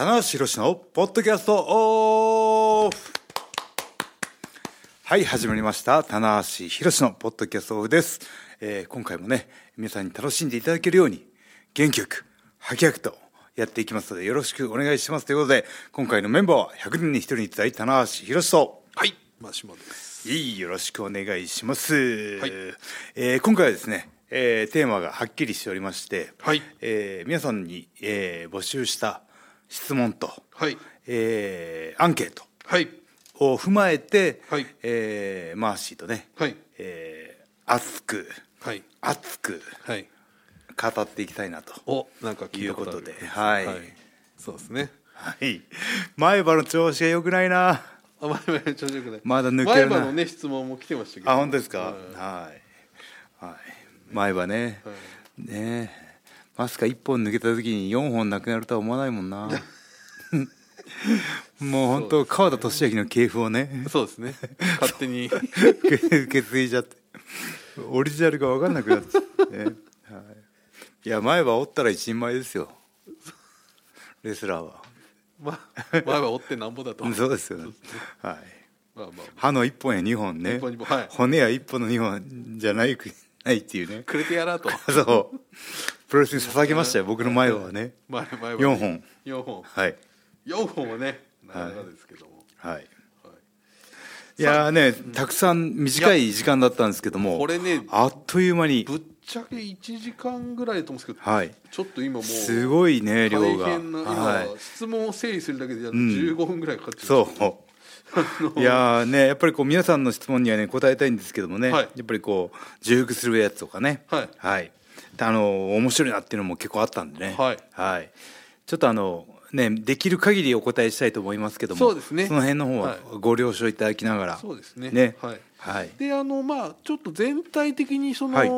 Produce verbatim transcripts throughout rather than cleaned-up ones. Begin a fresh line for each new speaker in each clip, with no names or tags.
棚橋宏のポッドキャストオフ。はい、始まりました棚橋宏のポッドキャストオフです、えー、今回もね皆さんに楽しんでいただけるように元気よくはきはくとやっていきますのでよろしくお願いしますということで、今回のメンバーはひゃくにんにひとりに伝え棚橋宏と、
はい、マシモです。
いいよろしくお願いします、
はい
えー、今回はですね、えー、テーマがはっきりしておりまして、
はい
えー、皆さんに、えー、募集した質問と、
はい
えー、アンケート
はい
を踏まえて、
はい
えー、マーシーとね、
はい
えー、熱く
はい
熱く
はい
語っていきたいなと
おなんか聞
い
いうたことある
ことで、はい、
はい、そうですね。
はい、前歯の調子が良くないな。
あ、前歯の調子よくない。
まだ抜けるな。
前歯のね質問も来てましたけど。
あ、本当ですか。
はい
はい、はい、前歯ね、
はい、
ねえ、マスカいっぽん抜けた時によんほんなくなるとは思わないもんな。もう本当、ね、川田俊明の系譜をね、
そうですね、勝手に
受け継いじゃってオリジナルが分かんなくなっちゃって、ね、はい、いや前歯折ったら一人前ですよレスラーは、
ま、前歯折ってなんぼだと
そうですよね、はい、
まあまあ、
歯のいっぽんやにほんね、
一本二本、はい、
骨やいっぽんのにほんじゃないないっていうね、
くれてやらと
そうプロレスに捧げましたよ僕の前歯はね、
前前歯
よんほん
よんほん、
はい、
よんほんはねなかなかですけども、
はい、はい、
はい、
いやーね、たくさん短い時間だったんですけども、
これね
あっという間に
ぶっちゃけいちじかんぐらいだと思うんですけど、
はい、
ちょっと今もう
すごいね量が
大変な、今、
はい、
質問を整理するだけでじゅうごふんぐらいかかっちゃ
そう
そう
いやーね、やっぱりこう皆さんの質問にはね答えたいんですけどもね、はい、やっぱりこう重複するやつとかね、
はい、はい、
あの面白いなっていうのも結構あったんでね、
はい
はい、ちょっとあのねできる限りお答えしたいと思いますけども、
そうですね、
その辺の方はご了承いただきながら、
そうですね、
ね、
はい
はい、
であのまあちょっと全体的にその、はい、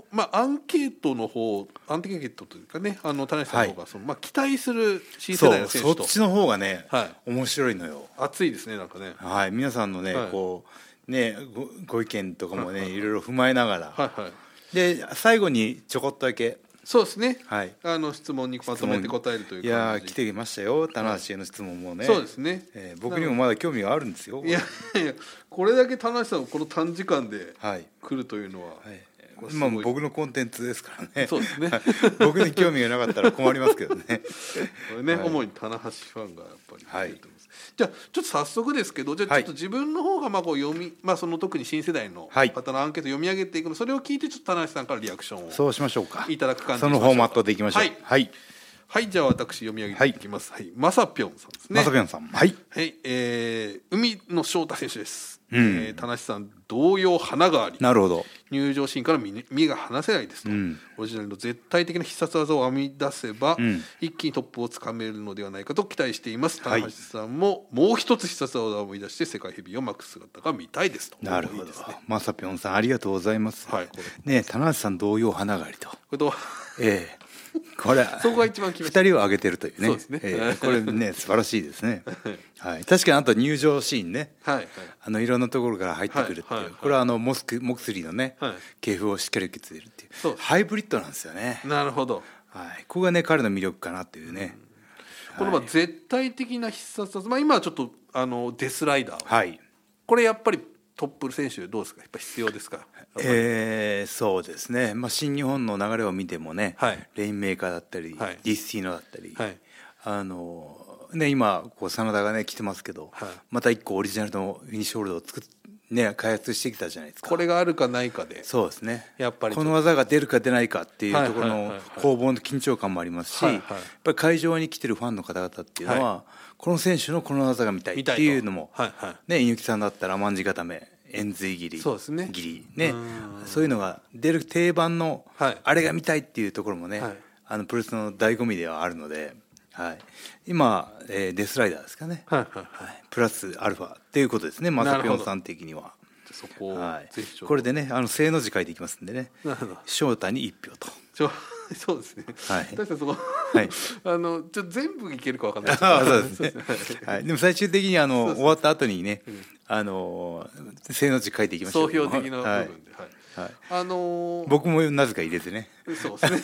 まあアンケートの方アンケートというかね、あの田中さんの方がその、はい、まあ期待する新世代の選手と
そ, そっちの方がね、はい、面白いのよ。
熱いですねなんかね、
はい、皆さんのね、はい、こうね ご, ご意見とかもね、はいはい、いろいろ踏まえながら、はいはい、で最後にちょこっとだけそうですね、はい、あの質問にまとめて答えるという感じ。いや来てましたよ棚橋への質問もね、
そうですね、
えー、僕にもまだ興味があるんですよ。
いやいやこれだけ棚橋さんこの短時間で来るというのは、はい
はい、まあ、僕のコンテンツですからね。
そうですね
僕に興味がなかったら困りますけどね
これね、はい、主に棚橋ファンがやっぱり、はい、じゃあちょっと早速ですけど、じゃあちょっと自分の方がまあこう読み、まあ、その特に新世代の方のアンケート読み上げていくの、それを聞いてちょっと棚橋さんからリアクションを
そうしましょうか、
いただく感じ
そのフォーマットでいきましょう。
はい、はいはい、じゃあ私読み上げていきます。はい、まさぴょんさんですね。
まさぴょんさん、はい、
はい、えー、海野翔太選手です。うん、えー、田無さん同様花があり、
なるほど、
入場シーンから身身が離せないですと、うん、オリジナルの絶対的な必殺技を編み出せば、うん、一気にトップをつかめるのではないかと期待しています。田無さんももう一つ必殺技を編み出して世界ヘビーを巻く姿が見たいですと。
なるほど、いいですね、まさぴょんさんありがとうございます。はい、ね、田無さん同様花がありと、これとええーこれ
そこが一番
ふたりを挙げてるというね。そうですね、えー、これね素晴らしいですね、はい、確かにあと入場シーンね、はいはい、あのいろんなところから入ってくるっていう、はいはいはい、これはあのモスクモクスリーのね、はい、系譜をしっかり受け継いでるっていう、そうハイブリッドなんですよね。
なるほど、
はい、ここがね彼の魅力かなっていうね、
うん、このまあ絶対的な必殺技、まあ、今はちょっとあのデスライダー、
はい、
これやっぱりトップ選手どうですか、やっぱ必要ですか。
えー、そうですね、まあ、新日本の流れを見てもね、はい、レインメーカーだったり、はい、ディスティーノだったり、はい、あのね、今こう真田がね来てますけど、はい、また一個オリジナルのフィニッシュホールドを作っ、ね、開発してきたじゃないですか。
これがあるかないかで、
そうですね、
やっぱり
この技が出るか出ないかっていうところの攻防の緊張感もありますし、はいはいはい、やっぱり会場に来てるファンの方々っていうのは、はい、この選手のこの技が見たいっていうのも、はいはい、ね、猪木さんだったら卍固め、円髄切り、そうですね、切りね、そういうのが出る定番の、はい、あれが見たいっていうところもね、はい、あのプロレスの醍醐味ではあるので、はい、今、えー、デスライダーですかね、はいはいはい、プラスアルファっていうことですね、まさぴょんさん的には。そこを、はい、ぜひこれでね、あの正の字書いていきますんでね、翔太にいち票と。
そうですね。はい。確かにそこ、
はい、
あのちょっと全部いけるかわかんないです
けど。そうですね。はい。でも最終的にあの終わった後にね、うん、あの正の字書いていきましょう。
総評的な部分で、はい。はい。あのー、
僕もなぜか入れてね。
そうですね。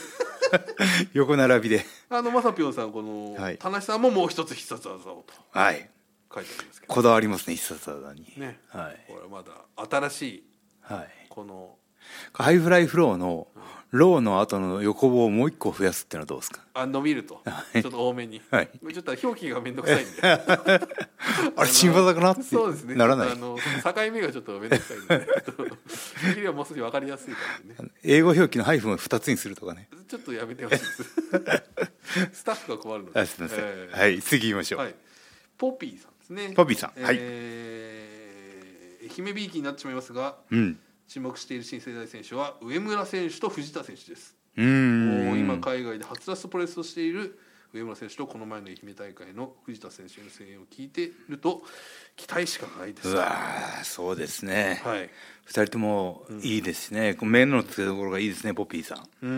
横並びで
あのまさぴょんさんこの、はい、田無さんももう一つ必殺技をと
はい
書いてありますけど、
こだわりますね必殺技に
ね、
はい、
これまだ新しい、はい、この
ハイフライフローのローの後の横棒をもう一個増やすっていうのはどうですか。
あ伸びると、はい、ちょっと多めに、はい、ちょっと表記がめんどくさいんで
あれ新技かなって
そうですね
ならない。
あの境目がちょっとめんどくさいんで切りはもう少し分かりやすいからね。
英語表記のハイフンをふたつにするとかね。
ちょっとやめてほしいですスタッフが困るので。
あすみません、えー、はい次行きましょう、はい、
ポピーさんですね。
ポピーさん、はい、
えー、愛媛ビーキになってしまいますが、
うん、
注目している新世代選手は上村選手と藤田選手です。
うーん
もう今海外で初ラストプロレスをしている上村選手とこの前の愛媛大会の藤田選手の声援を聞いていると期待しかないです。
うわそうですね、
はい、
ふたりともいいですね、うん、目の付けどころがいいですねポピーさん。
うん、うん、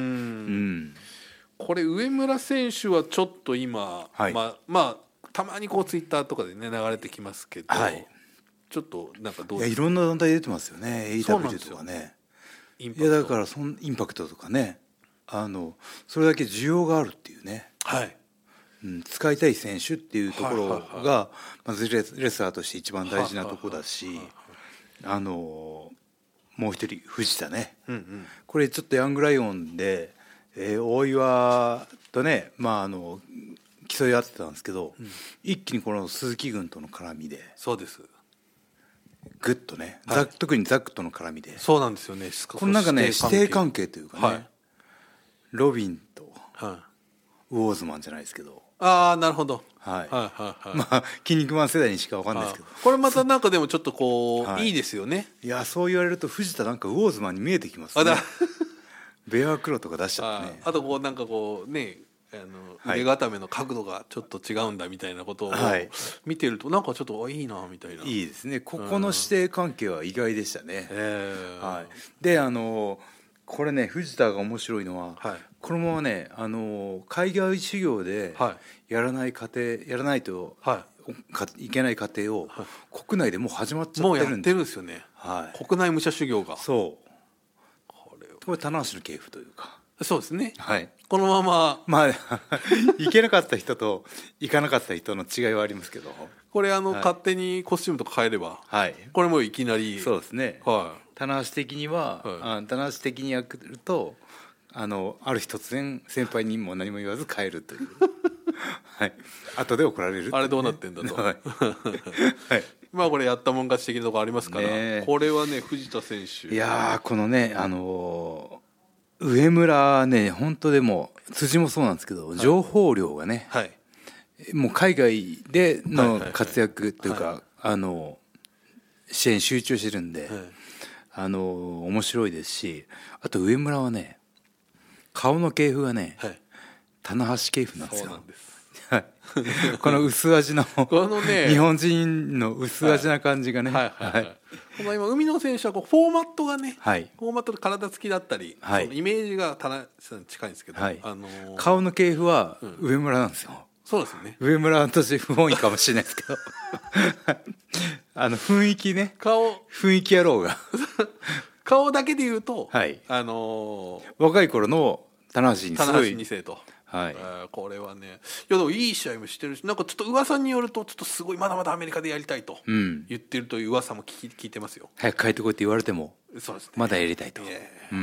これ上村選手はちょっと今、はい、まあまあたまにこうツイッターとかでね流れてきますけど、はい、ちょっとなんかどうですか。
いやいろんな団体出てますよね エーダブリュー とかね。いやだからそのインパクトとかねあのそれだけ需要があるっていうね、
はい
うん、使いたい選手っていうところが、はいはいはい、まずレスラーとして一番大事なところだし、はいはいはい、あのもう一人藤田ね、うんうん、これちょっとヤングライオンで、えー、大岩とね、まあ、あの競い合ってたんですけど、うん、一気にこの鈴木軍との絡みで
そうです
グッとね、はい、特にザックとの絡みで
そうなんですよね。
このなんかね師弟関係というかね、はい、ロビンと、はい、ウォーズマンじゃないですけど
ああなるほど、
はいはいはいはい、まあ筋肉マン世代にしか分かんないですけど
これまたなんかでもちょっとこう、はい、いいですよね。
いやそう言われると藤田なんかウォーズマンに見えてきますね。あだベアクロとか出しちゃってね。
あ, あとこうなんかこうねあの腕固めの角度がちょっと違うんだみたいなことを見てるとなんかちょっといいなみたいな。
いいですねここの師弟関係は意外でしたね、はい、であのこれね藤田が面白いのは、はい、このままねあの海外修行でやらない過程やらないと、はい、いけない過程を国内でもう始まっちゃってるんです。
もうやってるんですよね、はい、国内武者修行が。
そうこれこれ棚橋の系譜というか
そうですね、
はい、
このまま
まあ行けなかった人と行かなかった人の違いはありますけど
これあの、はい、勝手にコスチュームとか変えれば、はい、これもいきなり
そうですね、はい、棚橋的には、はい、棚橋的にやるとあのある日突然先輩にも何も言わず帰るというはい、後で怒られる、ね、
あれどうなってんだと、はいはい、まあこれやったもん勝ち的なところありますから、ね、これはね藤田選手
いやこのねあのー上村ね本当でも辻もそうなんですけど、はい、情報量がね、はい、もう海外での活躍というか、はいはいはい、あの支援集中してるんで、はい、あの面白いですしあと上村はね顔の系譜がね、はい、棚橋系譜なんですよ。そうなんですこの薄味のこの、ね、日本人の薄味な感じがね、はいはいはいはい、
この今海野選手はこうフォーマットがね、はい、フォーマットで体つきだったり、はい、そのイメージが田中さんに近いんですけど、はい
あのー、顔の系譜は上村なんですよ、うん、
そうですよね。
上村は私不本意かもしれないですけどあの雰囲気ね顔雰囲気野郎が
顔だけで言うと、
はい
あのー、
若い頃の棚橋にすごい
に世と
はい、
これはねいやでもいい試合もしてるしなんかちょっと噂によるとちょっとすごいまだまだアメリカでやりたいと言ってるという噂も聞き、聞いてますよ。
早く帰ってこいって言われてもそうです、ね、まだやりたいと、
うん、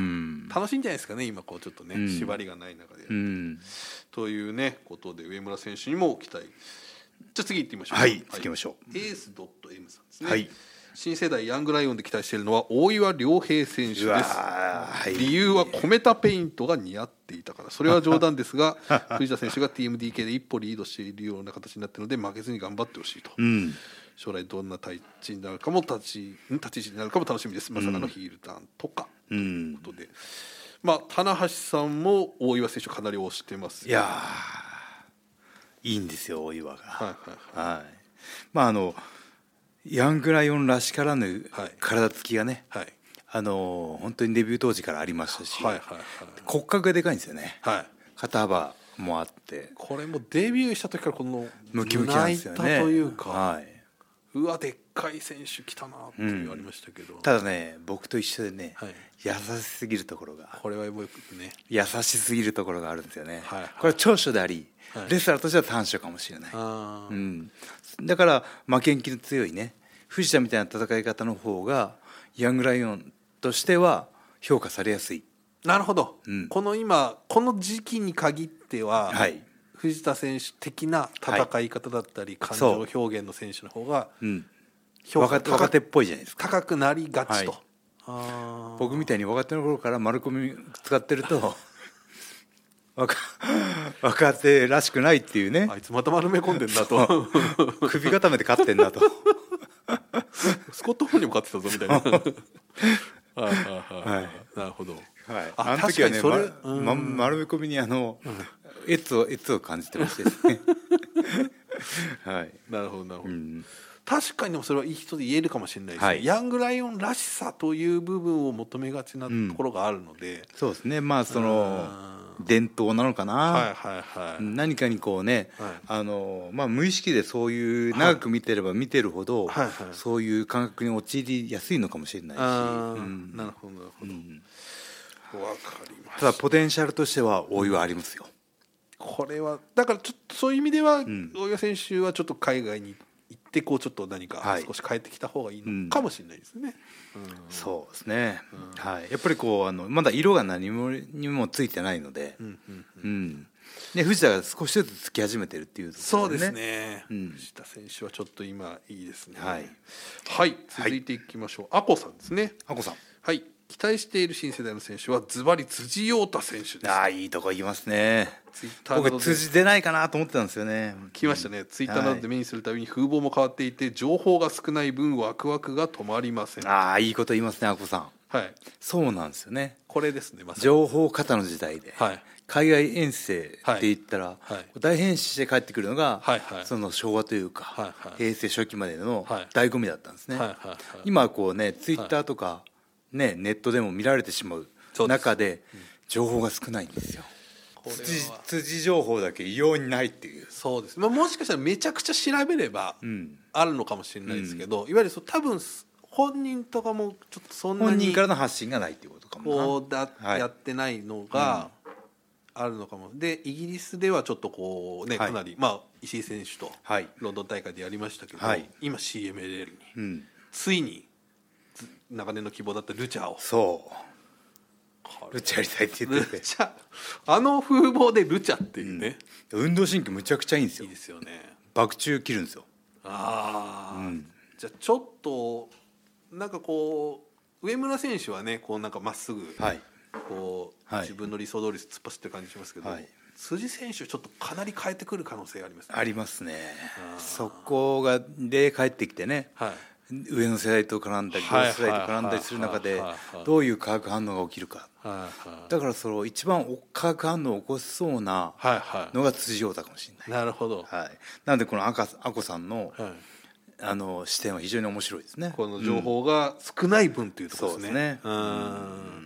楽しいんじゃないですかね今こうちょっとね、うん、縛りがない中でやる、うん、というねことで上村選手にも期待。じゃあ次行ってみましょう。
はい、行きましょう。
エース .M さんですね、はい、新世代ヤングライオンで期待しているのは大岩良平選手です、はい、理由はコメタペイントが似合っていたから。それは冗談ですが藤田選手が ティーエムディーケー で一歩リードしているような形になっているので負けずに頑張ってほしいと、うん、将来どんな立ちになるかも立ち立ち位置になるかも楽しみです。まさかのヒールターンとか、うん、ということで、まあ棚橋さんも大岩選手かなり推してます。
いやいいんですよ大岩が、はいはいはいはい、まああのヤングライオンらしからぬ体つきがね、はい、あの本当にデビュー当時からありましたし、はいはいはい、骨格がでかいんですよね、はい、肩幅もあって
これもデビューした時からこの
ムキムキなんですよね
というか、はい、うわでっかい選手来たなって言われましたけど、うん、
ただね僕と一緒でね、はい、優しすぎるところが
これはよくね
優しすぎるところがあるんですよね、
はいはい、
これは長所であり、はい、レスラーとしては短所かもしれない、うん、だから負けん気の強いね藤田みたいな戦い方の方がヤングライオンとしては評価されやすい。
なるほど、うん、この今この時期に限っては、はい、藤田選手的な戦い方だったり、はい、感情表現の選手の方が
評価高、うん、若手っぽいじゃないですか。
高くなりがちと、はい、
あ僕みたいに若手の頃から丸込み使ってると若, 若手らしくないっていうね。
あいつまた丸め込んでんだと
首固めて勝ってんだと
スコットホールにも勝ってたぞみたいなはいはいはい、はい、なるほど、はい、
あ, あの時はね、ま、丸め込みにあの、うん、エツをエツを感じてましてですね
はい、なるほどなるほど、うん、確かにでもそれはいい人で言えるかもしれないですね、はい、ヤングライオンらしさという部分を求めがちなところがあるので、うん、
そうですね、まあその伝統なのかな、
はいはいはい、
何かにこうね、はい、あのまあ、無意識でそういう長く見てれば見てるほど、はいはいはい、そういう感覚に陥りやすいのかもしれないし、
うん、なるほどなるほど、うん、分かりました。
ただポテンシャルとしては大岩ありますよ、
うん、これはだからちょっとそういう意味では、うん、大岩選手はちょっと海外に行ってこうちょっと何か少し変えてきた方がいいのかもしれないですね、
うんうん、そうですね、うん、はい、やっぱりこうあのまだ色が何もにもついてないので、うんうんうんうん、で藤田が少しずつつき始めてるっていうところ、ね、
そうですね、うん、藤田選手はちょっと今いいですね、はい、はい、続いていきましょう、あこさんですね。
あこさん、
はい、期待している新世代の選手はズバリ辻陽太選手です。
ああ、いいとこ行きますね。僕辻出ないかなと思ってたんですよね。
来ましたね、うん、ツイッターなどで目にするたびに風貌も変わっていて情報が少ない分ワクワクが止まりません。
ああ、いいこと言いますね、あこさん。
はい、
そうなんですよね。
これですね、まさに
情報過多の時代で、はい、海外遠征って言ったら、はいはい、大変死して帰ってくるのが、はいはい、その昭和というか、はいはい、平成初期までの醍醐味だったんですね、はいはいはい、今はこうねツイッターとか、はいね、ネットでも見られてしまう中で情報が少ないんですよ。これは 辻, 辻情報だけ異様にないっていう。
そうです、まあ、もしかしたらめちゃくちゃ調べればあるのかもしれないですけど、うん、いわゆるそう多分本人とかもちょっとそんなに
本人からの発信がないっていうことかもな。
こうだ、はい、やってないのがあるのかも。でイギリスではちょっとこうね、はい、かなり、まあ、石井選手とロンドン大会でやりましたけど、はい、今 シーエムエルエル に、うん、ついに長年の希望だったルチャーを、
そうルチャーやりたいって言ってて、ル
チャあの風貌でルチャーっていうね、
うん、運動神経むちゃくちゃいいんですよ。
いいですよね。
爆中切るんですよ。
ああ、うん、じゃあちょっとなんかこう上村選手はねこうなんかまっすぐ、はい、こう、はい、自分の理想通り突っ走ってる感じしますけど、はい、辻選手ちょっとかなり変えてくる可能性がありますね。
ありますね。そこがで帰ってきてね、はい、上の世代と絡んだり同世代と絡んだりする中でどういう化学反応が起きるか、だからその一番化学反応を起こしそうなのが辻陽太かもしれない。
なるほど、
はい、なのでこのあこさんの、はい、あの視点は非常に面白いですね。
この情報が少ない分というところですね。
そうですね。
うん、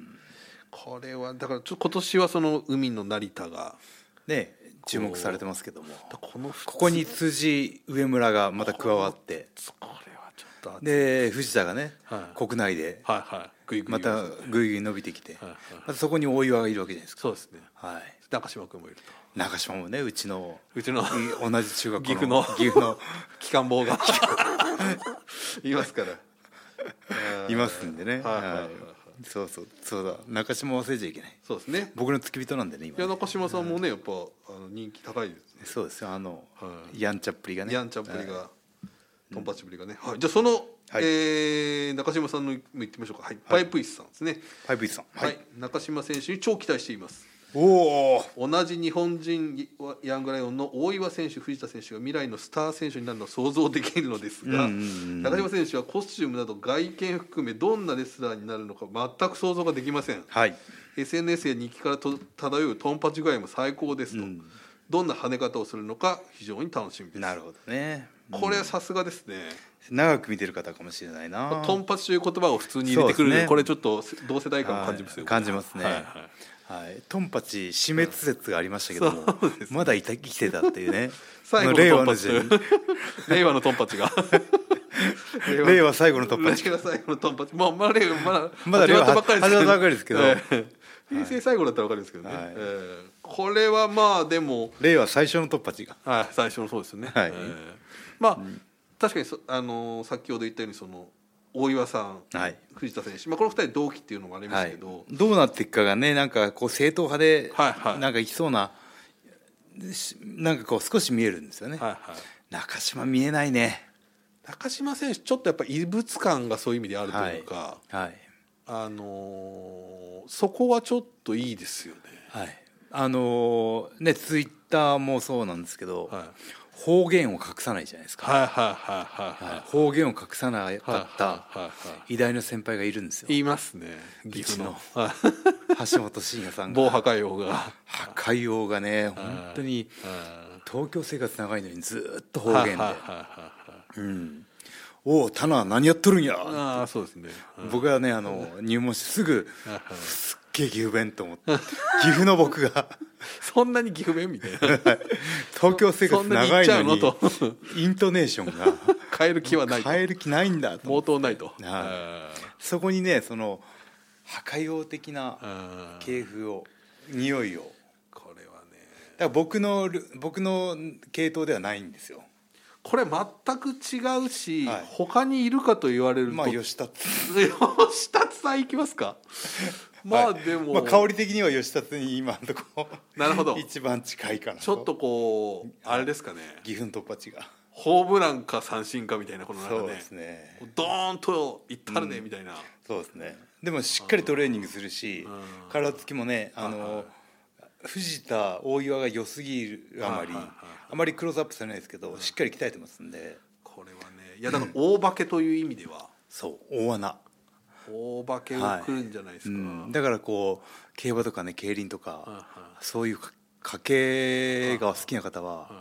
これはだからちょっと今年はその海の成田が
ね注目されてますけども、このここに辻上村がまた加わって、
これはちょっと
で藤田がね、はい、国内でまたぐいぐい伸びてきて、はいはい、またそこに大岩がいるわけじゃないですか。
そうですね、
はい、
中島君もいると。
中島もね、うちの
うちの
同じ中学校の
岐阜の
岐阜の
機関棒がいますから
いますんでね、はいはいはいはい、そうそうそうだ、中島忘れちゃいけない。
そうですね、
僕の付き人なんでね今ね。
いや中島さんもねやっぱあの人気高いですね。
そうですよ、あの、はい、やんちゃっぷりがね、
やんちゃっぷりが、はい、トンパチぶりがね、はい、じゃあその、はい、えー、中島さんのも言ってみましょうか、はい、パイプイスさんですね。
パイプイスさん、
はい、はい、中島選手に超期待しています。
お
お、同じ日本人ヤングライオンの大岩選手、藤田選手が未来のスター選手になるのを想像できるのですが、うんうんうん、中島選手はコスチュームなど外見含めどんなレスラーになるのか全く想像ができません、はい、エスエヌエス や日記からと漂うトンパチ具合も最高ですと、うん、どんな跳ね方をするのか非常に楽しみです。
なるほどね、
うん、これはさすがですね。
長く見てる方かもしれないな。
トンパチという言葉を普通に入れてくるので、ね、これちょっと同世代感を感じますよ、
はい、感じますね、はいはいはい、トンパチ死滅説がありましたけども、ね、まだ生きてたっていうね
最後のトンパチ令和のトンパチが
令和最後のトンパチ。
令和最後のトンパチ。まあまあ令和まだ
まだ令和始まったばっかりですけど、
平成最後だったら分かるんですけどね、はい、えー、これはまあでも
令和最初のトンパチが、
はい、最初のそうですよね、はい、えー、まあ、うん、確かにそ、あのー、先ほど言ったようにその大岩さん、はい、藤田選手、まあ、このふたり同期っていうのもありますけど、はい、
どうなっていくかがね、なんかこう正統派で、はいはい、なんかいきそうな、なんかこう少し見えるんですよね、はいはい、中島見えないね。
中島選手ちょっとやっぱ異物感がそういう意味であるというか、はいはい、あのー、そこはちょっといいですよね、
はい、あのー、ねツイッターもそうなんですけど、はい、方言を隠さないじゃないですか、はいはいはいはい、方言を隠さなかった偉大な先輩がいるんですよ。
言いますね、岐阜の
橋本真也さんが、
某破壊王が
破壊王がね、本当に東京生活長いのにずっと方言で、うん、おおタナ何やっとるんや。
あ、そうですね、
うん、僕はねあの入門してすぐすっげえ岐阜弁と思って岐阜の僕が
そんなに岐阜弁みたいな
東京生活長いのにイントネーションが
変える気はないと、
変える気ないんだと
毛頭ないと、
はい、そこにねその破壊王的な系風を匂いを、
これはね
だから僕の僕の系統ではないんですよ。
これ全く違うし、はい、他にいるかと言われると、
まあ吉達
吉達さんいきますかまあでも、
はい、まあ、香り的には吉達に今のとこ
なるほど
一番近いかな。
ちょっとこうあれですかね、
岐阜の突破地が
ホームランか三振かみたいなこの中で、
そうですね、
ドーンといったるねみたいな、うん、
そうですね。でもしっかりトレーニングするし、体つきもねあの藤田大岩が良すぎるあまり、あまりクローズアップされないですけど、しっかり鍛えてますんで、
これはね、いやだから大化けという意味では、うん、
そう大穴
大化けが来るんじゃないですか、はい、
うん、だからこう競馬とかね競輪とか、はいはい、そういう家系が好きな方は、はいはい、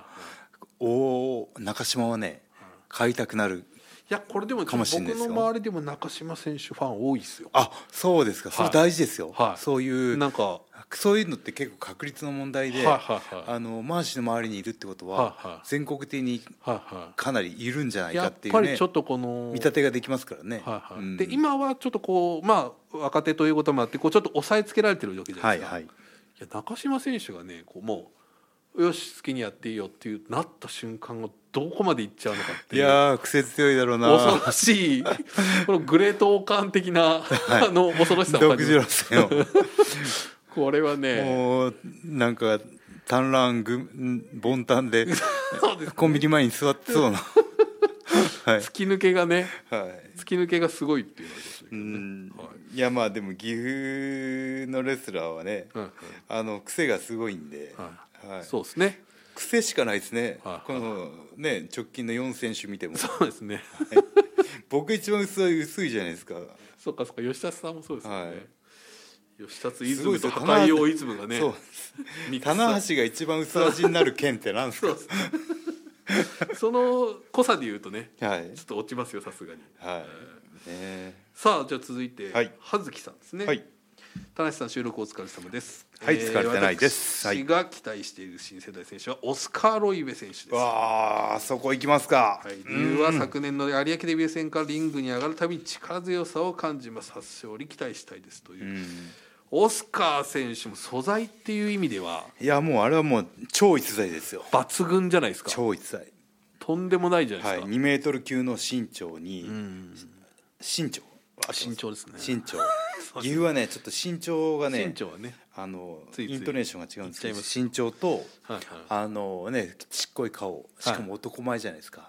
お中島はね、はい、買いたくなる。
いやこれでも僕の周りでも中島選手ファン多いですよ。
あ、そうですか。それ大事ですよ、はい、そういう
なんか
そういうのって結構確率の問題で、はいはいはい、あのマーシーの周りにいるってことは、はいはい、全国的にかなりいるんじゃないかっていうね、
やっぱりちょっとこの
見立てができますからね、
はいはい、うん、で今はちょっとこうまあ若手ということもあってこうちょっと抑えつけられてるわけじゃないですか、はいはい、いや中島選手がねこうもうよし好きにやっていいよっていうなった瞬間がどこまでいっちゃうのかっていう、
いやー癖強いだろうな、
恐ろしいこのグレートオーカン的な、はい、あの恐ろしさを感じます。独自路線をこれはね
もうなんか単乱ぐ凡単でそうです、ね、コンビニ前に座ってそうな、はい、
突き抜けがね、はい、突き抜けがすごいっていうのですね、
うん、はい、いやまあでも岐阜のレスラーはね、はいはい、あの癖がすごいんで、
はいはい、そうですね、
癖しかないですね、はい、このね直近のよん選手見ても
そうですね、
はい、僕一番薄い薄いじゃないですか。
そっかそっか、吉田さんもそうですよね、はい、吉達イズムと高い王イズムがね、そう
棚橋が一番薄味になる剣ってなんですかそう
その濃さで言うとね、はい、ちょっと落ちますよさすがに、はい、ね、さあじゃあ続いて、はい、葉月さんですね、はい、田無さん収録お疲れ様です。
はい、疲れてないです。
私が期待している新世代選手はオスカー・ロイベ選手です。
わあ、そこ行きますか。
はい、理由は昨年の有明デビュー戦からリングに上がるたびに力強さを感じます。初勝利期待したいですという。うオスカー選手も素材っていう意味では、
いやもうあれはもう超逸材ですよ。
抜群じゃないですか。
超逸材。
とんでもないじゃないですか。
はい、にメートル級の身長に、身長。
身長ですね。
身長。岐阜はねちょっと身長がね、
身長はね、
あのついついイントネーションが違うんですけど、身長と、はいはい、あのねちっこい顔、しかも男前じゃないですか。はい、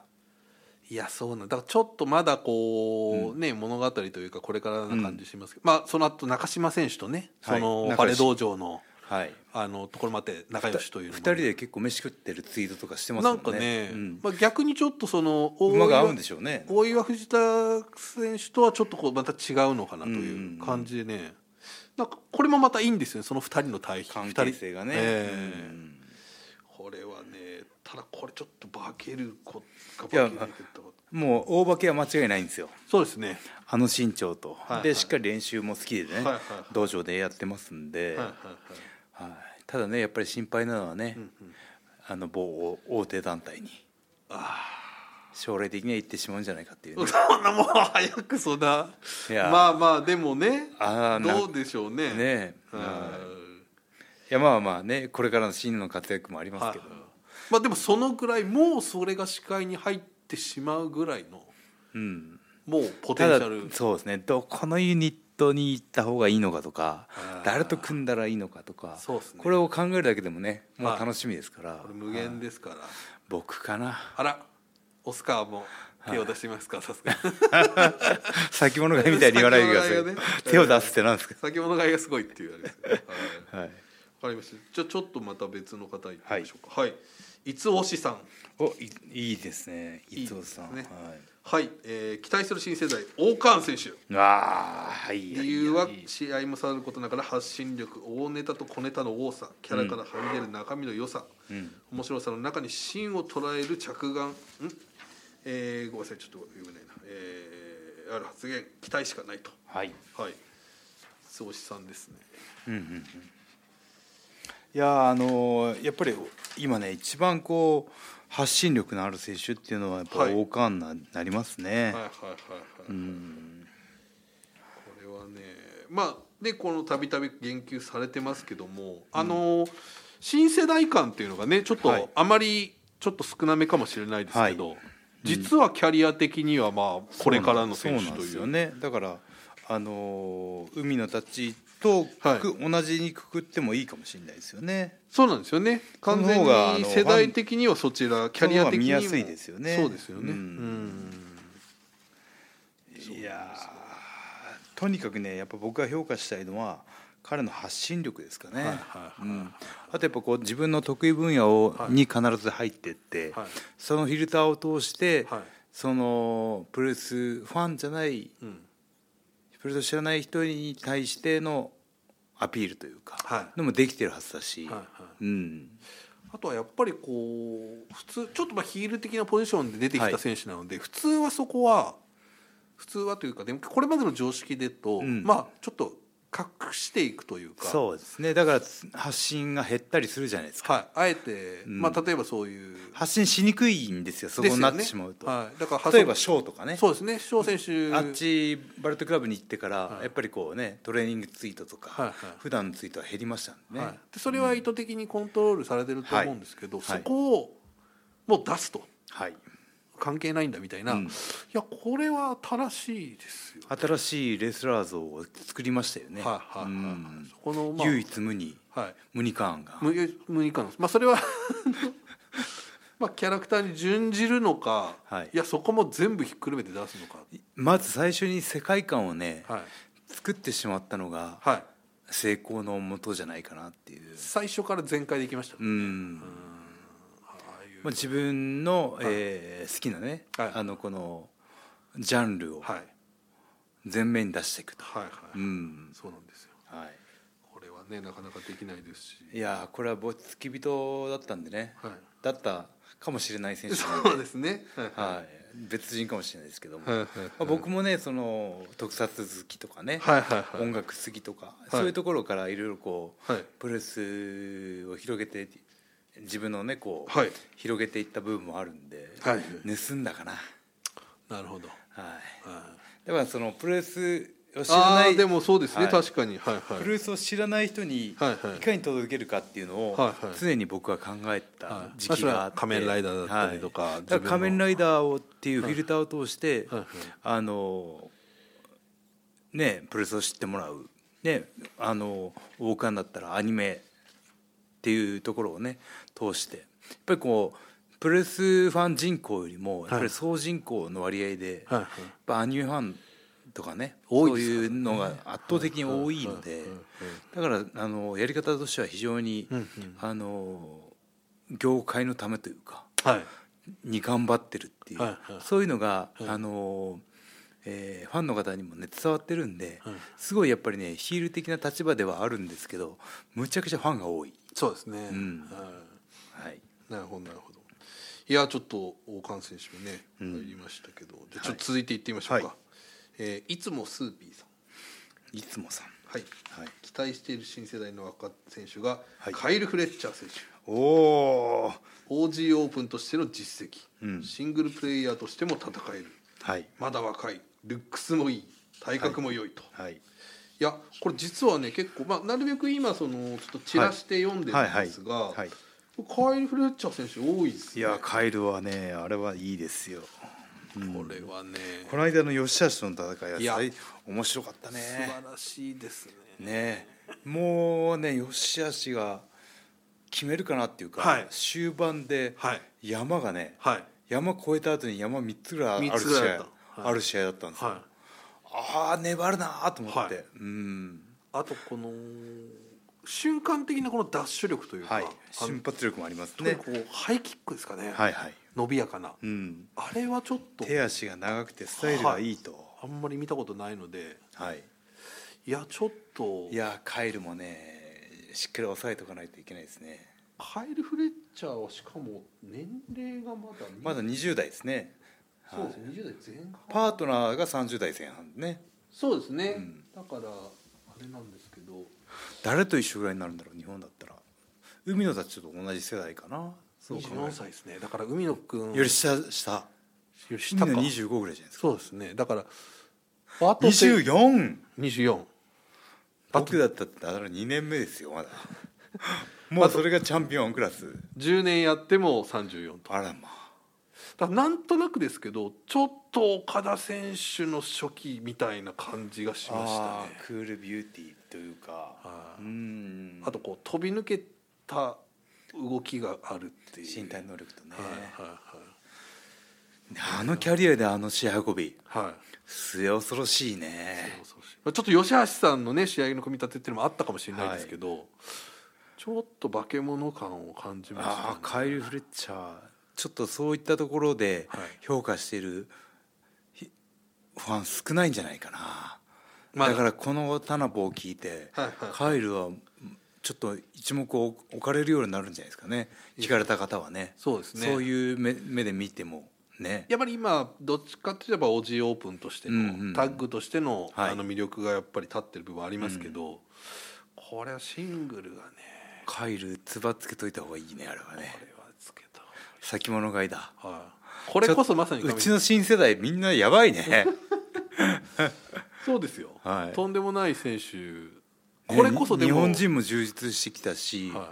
いやそうなんだからちょっとまだこう、うん、ね物語というかこれからな感じしますけど、うん、まあその後中島選手とね、そのバレー道場の、はい、あのところまで仲良しというのも、ね、
ふたりで結構飯食ってるツイートとかしてますもんね。
なんかね、うん、まあ、逆にちょっとその
馬が合うんでしょうね。
大岩藤田選手とはちょっとこうまた違うのかなという感じでね、うんうんうん、なんかこれもまたいいんですよね、そのふたりの対比、
関係性がね、
えーうん、これはね、ただこれちょっと化ける子が化けないけど、
もう大化けは間違いないんですよ。
そうですね、あ
の身長と、はいはい、でしっかり練習も好きでね、はいはいはい、道場でやってますんで、はいはいはいはい、ただねやっぱり心配なのはね、うんうん、あの某大手団体に、あ将来的にはいってしまうんじゃないかっていう、ね、
そんなもう早くそんな、まあまあでもね、あどうでしょうね。
ね、うん、いやまあまあね、これからの真の活躍もありますけど、はい、
まあでもそのぐらいもうそれが視界に入ってしまうぐらいの、うん、もうポテンシャル。
そうですね、どこのユニットに行った方がいいのかとか、誰と組んだらいいのかとか、そうですね、これを考えるだけでもね、もう楽しみですから、
これ無限ですから、
僕かな。
あら、オスカーも手を出しますか、さすが
先物買いみたいに言わないでください、ね、手を出すってなんですか。
先物買いがすごいっていうあれですね、はい、はい、分かりました。じゃあちょっとまた別の方いきましょうか。はい、いつおしさん。
お い, いいですね、いつおさん。いいですね、
はい、はい、えー、期待する新世代王冠選手。
あ、はい、
理由は試合もさることながら発信力、大ネタと小ネタの多さ、キャラからはみ出る中身の良さ、うん、面白さの中に芯を捉える着眼、ん、えー、ごめんなさい、ちょっと読めないな、えー、ある発言、期待しかないと。はい、はい、総志さんですね。うんうんうん、
いや、あのー、やっぱり今ね、一番こう発信力のある選手っていうのはやっぱり王冠に な,、はい、なりますね。はいはいはいはい、うん、
これはね、まあでこのたびたび言及されてますけども、うん、あの新世代感っていうのがね、ちょっとあまりちょっと少なめかもしれないですけど、はい、実はキャリア的にはまあこれからの選手という。そうなんですよね。
だからあのー、海の太刀と、はい、同じにくくってもいいかもしれないですよね。
そうなんですよね。完全に世代的にはそちら、キャリア的にも
見やすいですよね。
そうですよね。うん、
うん、いやとにかくね、やっぱ僕が評価したいのは彼の発信力ですかね。あとやっぱこう自分の得意分野を、はい、に必ず入っていって、はい、そのフィルターを通して、はい、そのプロレスファンじゃない、うん、プロレスを知らない人に対してのアピールというか、はい、でもできてるはずだし、はいはい、うん、
あとはやっぱりこう普通ちょっとまあヒール的なポジションで出てきた選手なので、はい、普通はそこは普通はというか、でもこれまでの常識でと、うん、まあちょっと隠していくというか。
そうですね。だから発信が減ったりするじゃないですか。
はい、あえて、うん、まあ例えばそういう
発信しにくいんですよ。そこになってしまうと。はい、だから例えばショーとかね。
そうですね。ショー選手
あっちバレットクラブに行ってから、はい、やっぱりこうねトレーニングツイートとか、はいはい、普段のツイートは減りましたんでね。はい、
でそれは意図的にコントロールされてると思うんですけど、はい、そこをもう出すと。はい。関係ないんだみたいな、うん、いやこれは正しいですよ、ね、
新しいレスラー像を作りましたよね。はいはいはい、うん、そこの、まあ、唯一無二、はい、無二感が
無無二感、まあそれはまあキャラクターに準じるのか、はい、いやそこも全部ひっくるめて出すのか。
まず最初に世界観をね、はい、作ってしまったのが、はい、成功のもとじゃないかなっていう。
最初から全開でいきましたね。うん、うん
まあ、自分の、はい、えー、好きなね、はい、あのこのジャンルを前面に出していくと、はいはいはい、うん、
そうなんですよ、はい、これはねなかなかできないですし、
いやこれは没付き人だったんでね、はい、だったかもしれない選手
なんで、そうですね、
はいはいはい、別人かもしれないですけども、はいはいはい、まあ、僕もねその特撮好きとかね、はいはいはい、音楽好きとか、はい、そういうところからいろいろこう、はい、プロレスを広げて自分のねこう、はい、広げていった部分もあるんで、はい、盗んだかな。
なるほど、はい
はい、だからそのプロレスを知らない、
あでもそうですね、はい、確かに、はいはい、
プロレスを知らない人にいかに届けるかっていうのを常に僕は考えた時期があって、
仮面ライダーだったりとか、はい、
だから仮面ライダーをっていうフィルターを通して、はいはい、あのねプロレスを知ってもらう、ね、あの王冠だったらアニメっていうところをね通して、やっぱりこうプロレスファン人口よりもやっぱり総人口の割合で、はい、やっぱアニメファンとかね、そういうのが圧倒的に多いので、だからあのやり方としては非常に、うんうん、あの業界のためというか、はい、に頑張ってるっていう、はいはい、そういうのが、はい、あのえー、ファンの方にもね伝わってるんで、はい、すごいやっぱりねヒール的な立場ではあるんですけど、むちゃくちゃファンが多い。
そうですね、うん、はい、なるほどなるほど。いやちょっと王冠選手もね入りましたけど、うん、じゃあちょっと続いていってみましょうか、はい、えー、いつもスーピーさん、
いつもさん、
はい、はい、期待している新世代の若手選手が、はい、カイル・フレッチャー選手。
おお
オージー オープンとしての実績、
うん、
シングルプレイヤーとしても戦える、
はい、
まだ若い、ルックスもいい、体格も良いと、
はいはい、い
やこれ実はね結構、まあ、なるべく今そのちょっと散らして読んでるんですが、はいはいはい、カイル・フレッチャー選手多いですね。
いやカイルはねあれはいいですよ、
うん、これはね
この間の吉橋の戦いは面白かったね。
素晴らしいですね。
ねもうね吉橋が決めるかなっていうか、はい、終盤で山がね、はい、山越えた後に山みっつぐらいある試合、はい、ある試合だったんですよ、はい、ああ粘るなと思って、はい、うん、
あとこの瞬間的なこのダッシュ力というか、はい、
瞬発力もありますね。
こうハイキックですかね、
はいはい、
伸びやかな、
うん、
あれはちょっと
手足が長くてスタイルがいいと、はい、
あんまり見たことないので、
はい、
いやちょっと
いやカイルもねしっかり抑えておかないといけないですね。
カイル・フレッチャーはしかも年齢がまだ
まだにじゅう代ですね。
そうですね、にじゅう代前半、
パートナーがさんじゅう代前半ね。
そうですね、うん、だからあれなんですけど
誰と一緒ぐらいになるんだろう日本だったら。海野たちと同じ世代かな。
そうかにじゅうよんさいですね。だから海野くん
より下下より下か海野にじゅうごぐらいじゃないですか。
そうですね、だから
あとにじゅうよん
にじゅうよん
僕だったらだからにねんめですよまだもうそれがチャンピオンクラス
じゅうねんやってもさんじゅうよんと。
あらまあ
だからなんとなくですけどちょっと岡田選手の初期みたいな感じがしましたね。
あクールビューティーというか、
あ, うんあとこう飛び抜けた動きがあるっていう
身体能力とね、
はいはいはい、
あのキャリアであの試合運び、
はい、
末恐ろしいね。
恐ろしい。ちょっと吉橋さんのね試合の組み立てっていうのもあったかもしれないですけど、はい、ちょっと化け物感を感じましたね。
あカイル・フレッチャーちょっとそういったところで評価しているファン少ないんじゃないかな、まあ、だからこのタナポを聞いて、はいはい、カイルはちょっと一目置かれるようになるんじゃないですかね。聞かれた方はね。
そうですね。
そういう 目, 目で見てもね。
やっぱり今どっちかといえば オージー オープンとしての、うんうん、タッグとしての、はい、あの魅力がやっぱり立ってる部分ありますけど、うん、これはシングルがね
カイルつばつけといた方がいいね。あれはね
これはつけた方がいい
先物買いだ、
はい、これこそまさに
うちの新世代みんなやばいね
そうですよ、はい、とんでもない選手
これこそでも、ね、日本人も充実してきたし、はい、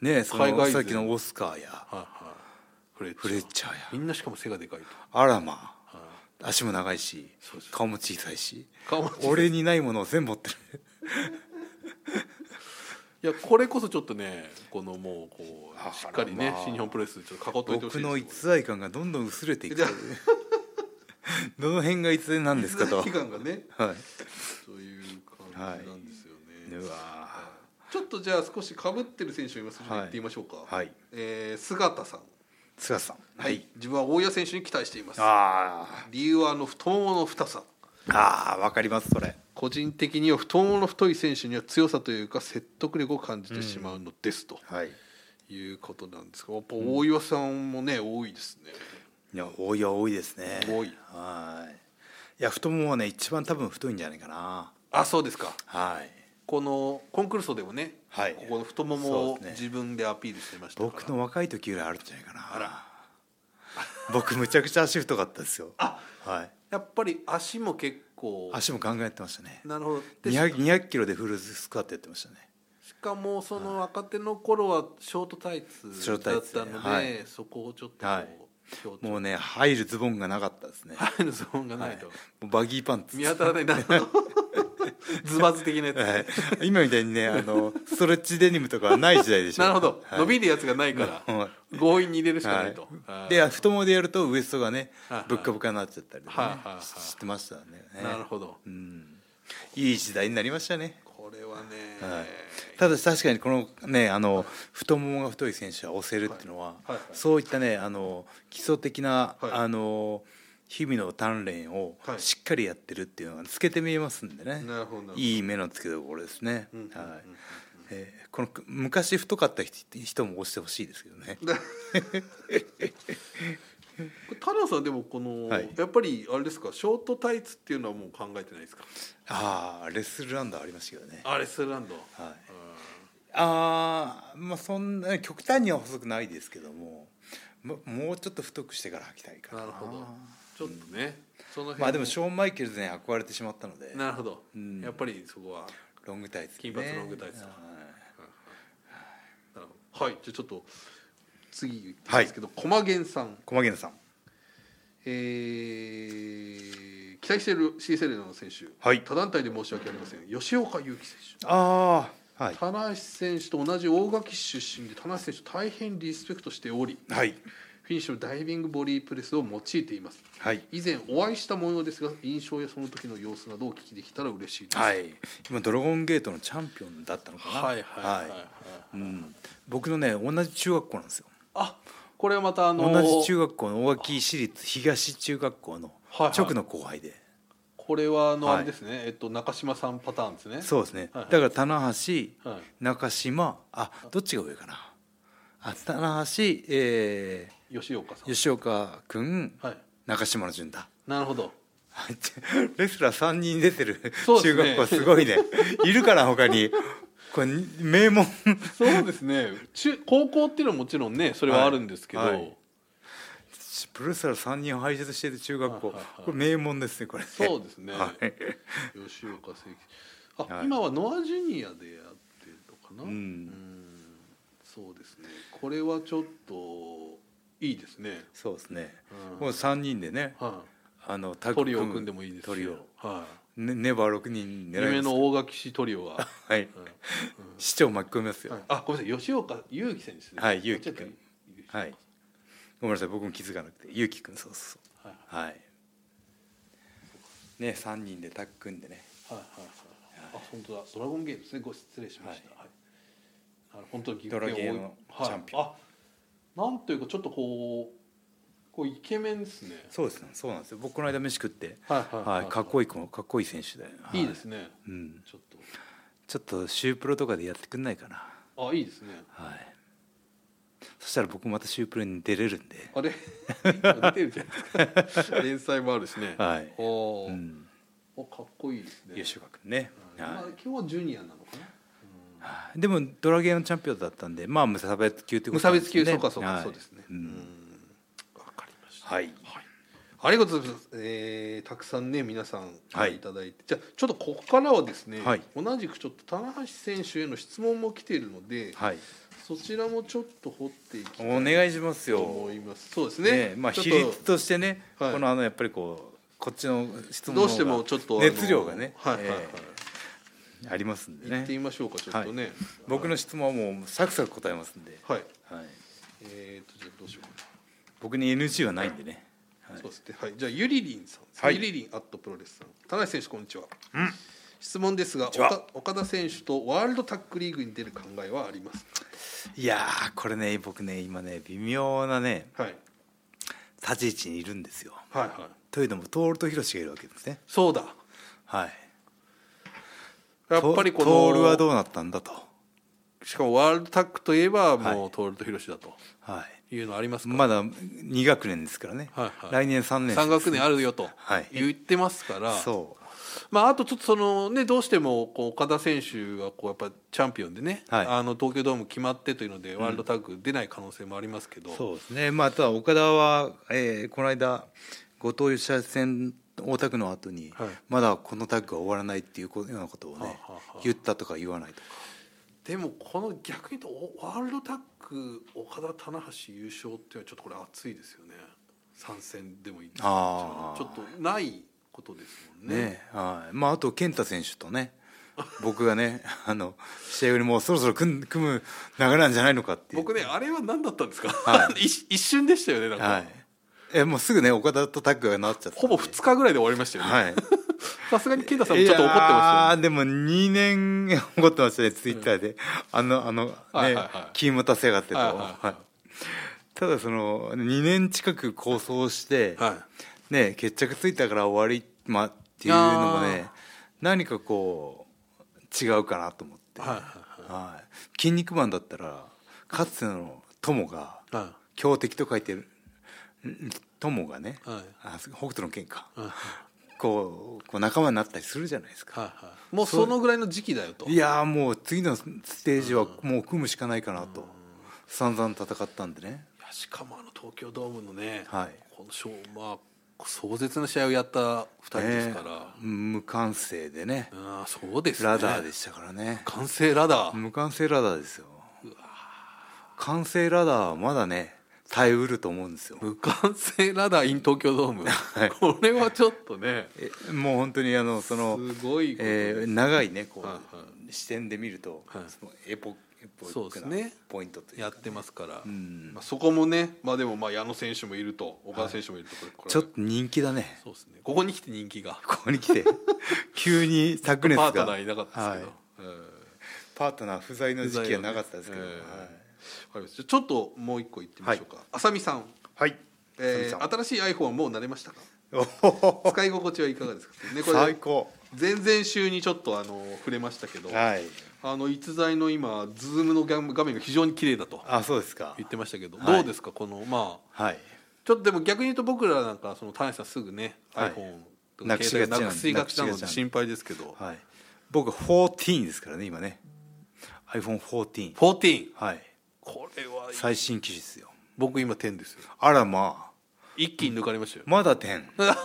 ねそのさっきのオスカーや、はいはい、フレッチャー、フレッチャーや
みんなしかも背がでかいと。
あらまあ、はい、足も長いし顔も小さいし俺にないものを全部持ってる
いやこれこそちょっとねこのもうこうしっかりね、まあ、新日本プロレスちょっと囲っといてほしいです。
僕の逸材感がどんどん薄れていくどの辺が逸材なんですかと
逸材感がね、はい、そういう感じなんですよね、はい、うわちょっとじゃあ少し被ってる選手がいますので言ってみましょうか、はい、えー、菅田さん
菅田さん、
はい、自分は大谷選手に期待しています。あ理由はあの太ももの太さ。
ああ分かりますそれ。
個人的には太ももの太い選手には強さというか説得力を感じてしまうのですと、うんはい、いうことなんですがやっぱ大岩さんもね、うん、多いですね。
いや大岩多いですね。
多い。
はい。いや太ももはね一番多分太いんじゃないかな。
あそうですか。
はい。
このコンクルーソでもね、はい、ここの太ももを自分でアピールしてましたから、
ね、僕の若い時よりあるんじゃないかな。あら僕むちゃくちゃ足太かったですよ。
あ、はい。やっぱり足も結構
足もガンガンやってましたね。
なるほど。
にひゃく, にひゃくキロでフルスクワットやってましたね。
しかもその若手の頃はショートタイツだったので、はい、そこをちょっと、はい、
もうね入るズボンがなかったですね。
入るズボンがないと、はい、
もうバギーパンツ
見当たらないなズバズ的なやつ、
はい、今みたいにねあのストレッチデニムとかはない時代でしょ
なるほど、はい、伸びるやつがないから、はい、強引に入れるしかないと、
はい、で太ももでやるとウエストがねぶっかぶかになっちゃったりとかね、はい、知ってましたね。
なるほど、
うん、いい時代になりましたね。
これはね、
はい、ただ確かにこのねあの、はい、太ももが太い選手は押せるっていうのは、はいはいはい、そういったねあの基礎的な、はい、あの日々の鍛錬をしっかりやってるっていうのが透けて見えますんでね、はい、いい目の付けどころですね、うんはいえー、この昔太かった人も押してほしいですけどね
田中さんでもこの、はい、やっぱりあれですかショートタイツっていうのはもう考えてないですか。
ああレッスルランドありましたけどね。
あレッスルランド、はい、
ああ、まあそんな極端には細くないですけども、もうちょっと太くしてから履きたいかな。
なるほど。ちょっとね、その辺
まあでもショーン・マイケルズに憧れてしまったので。
なるほど、
うん、
やっぱりそこは
ロングタイツ、ね、
金髪ロングタイツ、はい、なるほど。はい、じゃあちょっと次いきますけど、駒源さん
駒源さん、
えー、期待しているシーセレナの選手、
はい、
他団体で申し訳ありません。吉岡優希選手、
ああ、はい、
棚橋選手と同じ大垣市出身で、棚橋選手大変リスペクトしており、はい、フィニッシュのダイビングボディープレスを用いています、はい、以前お会いした模様ですが、印象やその時の様子などをお聞きできたら嬉しいです、はい、
今ドラゴンゲートのチャンピオンだったのかな。はいはいはい、はい、うん、僕のね同じ中学校なんですよ。
あ、これはまたあのー、
同じ中学校の大垣市立東中学校の直の後輩で、はいはい、
これはあのあれですね、はい、えっと、中島さんパターンですね。
そうですね、はいはい、だから棚橋、はい、中島、あ、どっちが上かな、あ、棚橋、え
ー、吉岡さん、
吉岡君、はい、中島の順だ。
なるほど。
レスラーさんにん出てる中学校すごいね。いるから他にこれ名門。
そうですね、中高校っていうのはもちろんねそれはあるんですけど、はいはい、
プロレスラーさんにん輩出している中学校、はいはいはい、これ名門ですねこれ。
そうですね、はい、吉岡聖輝、あ、はい、今はノアジュニアでやってるのかな、うん、うん、そうですね、これはちょっといいですね。
そうですね、うん、もうさんにんでね、はい、あのタッグ
トリオを組んでもいいですし、
トリオ、はい、ね、ネバーろくにん狙います。
夢の大垣市トリオが
はい、うん、市長巻き込みますよ、はい、
あ、ごめんなさい、吉岡優希選手ですね。
はい、優希君、はい、ごめんなさい、僕も気づかなくて、優希君、そうそうそう、はい、はい、ね、さんにんでタッグ組んでね、はいはいはい、
あ、本当だ、ドラゴンゲームですね、ご失礼しました、はい、はい、本当に
ドラゲーのチャンピオン、はい、
あ、なんというかちょっとこうこうイケメンですね。
そうですね、そうなんですよ。僕この間飯食って、はいはいはいはい、かっこいい子、かっこいい選手で、はい、
いいですね、うん、
ちょっとちょっとシュープロとかでやってくんないかな。
あ、いいですね、
はい、そしたら僕またシュープロに出れるんで。
あれ出てるじゃないですか連載もあるしね、
はい、
お、うん、お、かっこいいですね、
吉岡君ね、
はい、まあ、今日はジュニアなのかな、
うん、でもドラゲーのチャンピオンだったんで、まあ無差別級ってことなんですね。
無差別級、そうかそうか、はい、そうですね、うん、はい、はい、ありがとうございます、えー、たくさんね皆さんいただいて、はい、じゃあちょっとここからはですね、はい、同じくちょっと棚橋選手への質問も来ているので、はい、そちらもちょっと掘っていきたいと思います。
お願いしますよ。
そうですね、ね、
まあ、比率としてね、はい、このあのやっぱりこうこっちの質問の
どうしてもちょっと
熱量がね、
はいはいはい、
えー、ありますんでね、
言ってみましょうか、ちょっとね、はい、
僕の質問はもうサクサク答えますんで、はい、はい、
えーとじゃあどうしようかな、
僕に エヌジー はないんでね、
はい、そうですね、はい、じゃあゆりりんさん、はい、ゆりりんアットプロレスさん、田中選手こんにちは、うん、質問ですが、岡田選手とワールドタッグリーグに出る考えはありますか。
いやー、これね、僕ね今ね微妙なね、はい、立ち位置にいるんですよ、はいはい、というのも徹と広志がいるわけですね。
そうだ、
はい、
やっぱりこの
徹はどうなったんだと、
しかもワールドタッグといえばもう徹と広志だと、はい、いうのありますか。
まだに学年ですからね、はいはい、来年さんねん生、
さん学年あるよと言ってますから、はい、そう、まあ、あとちょっとその、ね、どうしてもこう岡田選手がこうやっぱチャンピオンでね、はい、あの東京ドーム決まってというのでワールドタッグ出ない可能性もありますけど、うん、
そうですね、まあ、ただ岡田は、えー、この間後藤義久戦大田区の後に、はい、まだこのタッグは終わらないっていうようなことをね、はあはあ、言ったとか言わないとか。
でもこの逆に言うとワールドタッグ岡田棚橋優勝っていうのはちょっとこれ熱いですよね。参戦でもいいですけど、ちょっとないことですもんね。ね、
はい、まあ、あと健太選手とね僕がねあの試合よりもそろそろ組む組む流れなんじゃないのかっていう。
僕ねあれは何だったんですか、はい、一, 一瞬でしたよねなんか、はい、
えもうすぐね岡田とタッグがなっちゃった、
ほぼふつかぐらいで終わりましたよね、はい、さすがに健太さんもちょっと怒ってましたよね。
ああでもにねん怒ってましたねツイッターで、うん、あのあのね、はいはいはい、気持たせやがってと、はいはいはい、ただそのにねん近く構想して、はいね、決着ついたから終わり、まあ、っていうのもね何かこう違うかなと思って、はいはいはいはい、筋肉マンだったらかつての友が、はい、強敵と書いてる友がね、はい、あ北斗の拳か、はい、 こうこう仲間になったりするじゃないですか、
はいはい、もうそのぐらいの時期だよと。
いやもう次のステージはもう組むしかないかなと散々戦ったんでね。
いやしかもあの東京ドームのね、
はい、
このショー、まあ壮絶な試合をやったふたりですから、ね、
無歓声でね。
あそうですね、
ラダーでしたからね。
無歓声ラダー
無歓声ラダーですよ。うわ歓声ラダーはまだね耐えうると思うんですよ。
無歓声ラダー in 東京ドーム、はい、これはちょっとね
もう本当にあのその
すごい、
えー、長いねこう、はい
はい、
視点で見ると、はい、そのエポ
そうですね、
ポイントというか、ね、
やってますから、
うん
まあ、そこもね、まあ、でもまあ矢野選手もいると岡田選手もいると、はい、
これちょっと人気だね。
そうですね、ここに来て人気が
ここに来て急に灼熱が
パートナーいなかったですけど、はい
えー、パートナー不在の時期はなかったですけど、ね
えーはい、ちょっともう一個言ってみましょうか、はい、浅見さん、
はい
えー、新しい iPhone はもう慣れましたか？使い心地はいかがですか、ね、これ
最高。
前々週にちょっとあの触れましたけど、はい、あの逸材の今ズームの画面が非常に綺麗だと
あそうですか
言ってましたけど、はい、どうですかこのまあ、はい、ちょっとでも逆に言うと僕らなんかその田中さんすぐね、はい、iPhone とか携帯なくしがちなので心配ですけど、
はい、僕じゅうよんですからね今ね アイフォンじゅうよん。
じゅうよん、
はい、
これは
最新機種ですよ。
僕今じゅうですよ。
あらまあ
一気に抜かれましたよ。
まだじゅう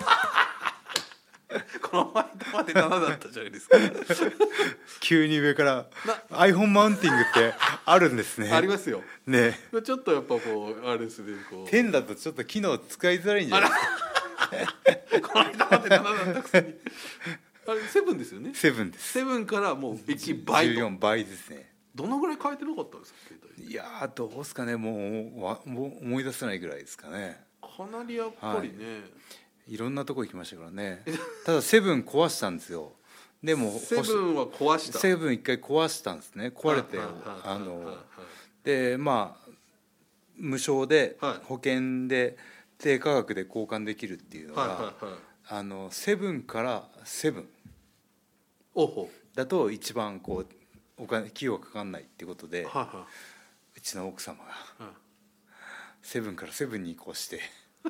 この前までななだったじゃないですか
急に上から iPhone マウンティングってあるんですね。
ありますよ
ね。
ちょっとやっぱこうあれですね、こう
じゅうだとちょっと機能使いづらいんじゃない
ですかこの間までななだったくせにあれセブンですよね。
セブンです。
セブンからもう一気に倍と
じゅうよんばいですね。
どのぐらい変えてなかったんですか携帯。
いやどうですかね、もうわもう思い出せないぐらいですかね。
かなりやっぱりね、はい
いろんなとこ行きましたからね。ただセブン壊したんですよ。でも
セブンは壊した。
セブン一回壊したんですね。壊れてあのでまあ無償で保険で低価格で交換できるっていうのがあのセブンからセブンだと一番こうお金費用がかかんないってことで、うちの奥様がセブンからセブンに移行して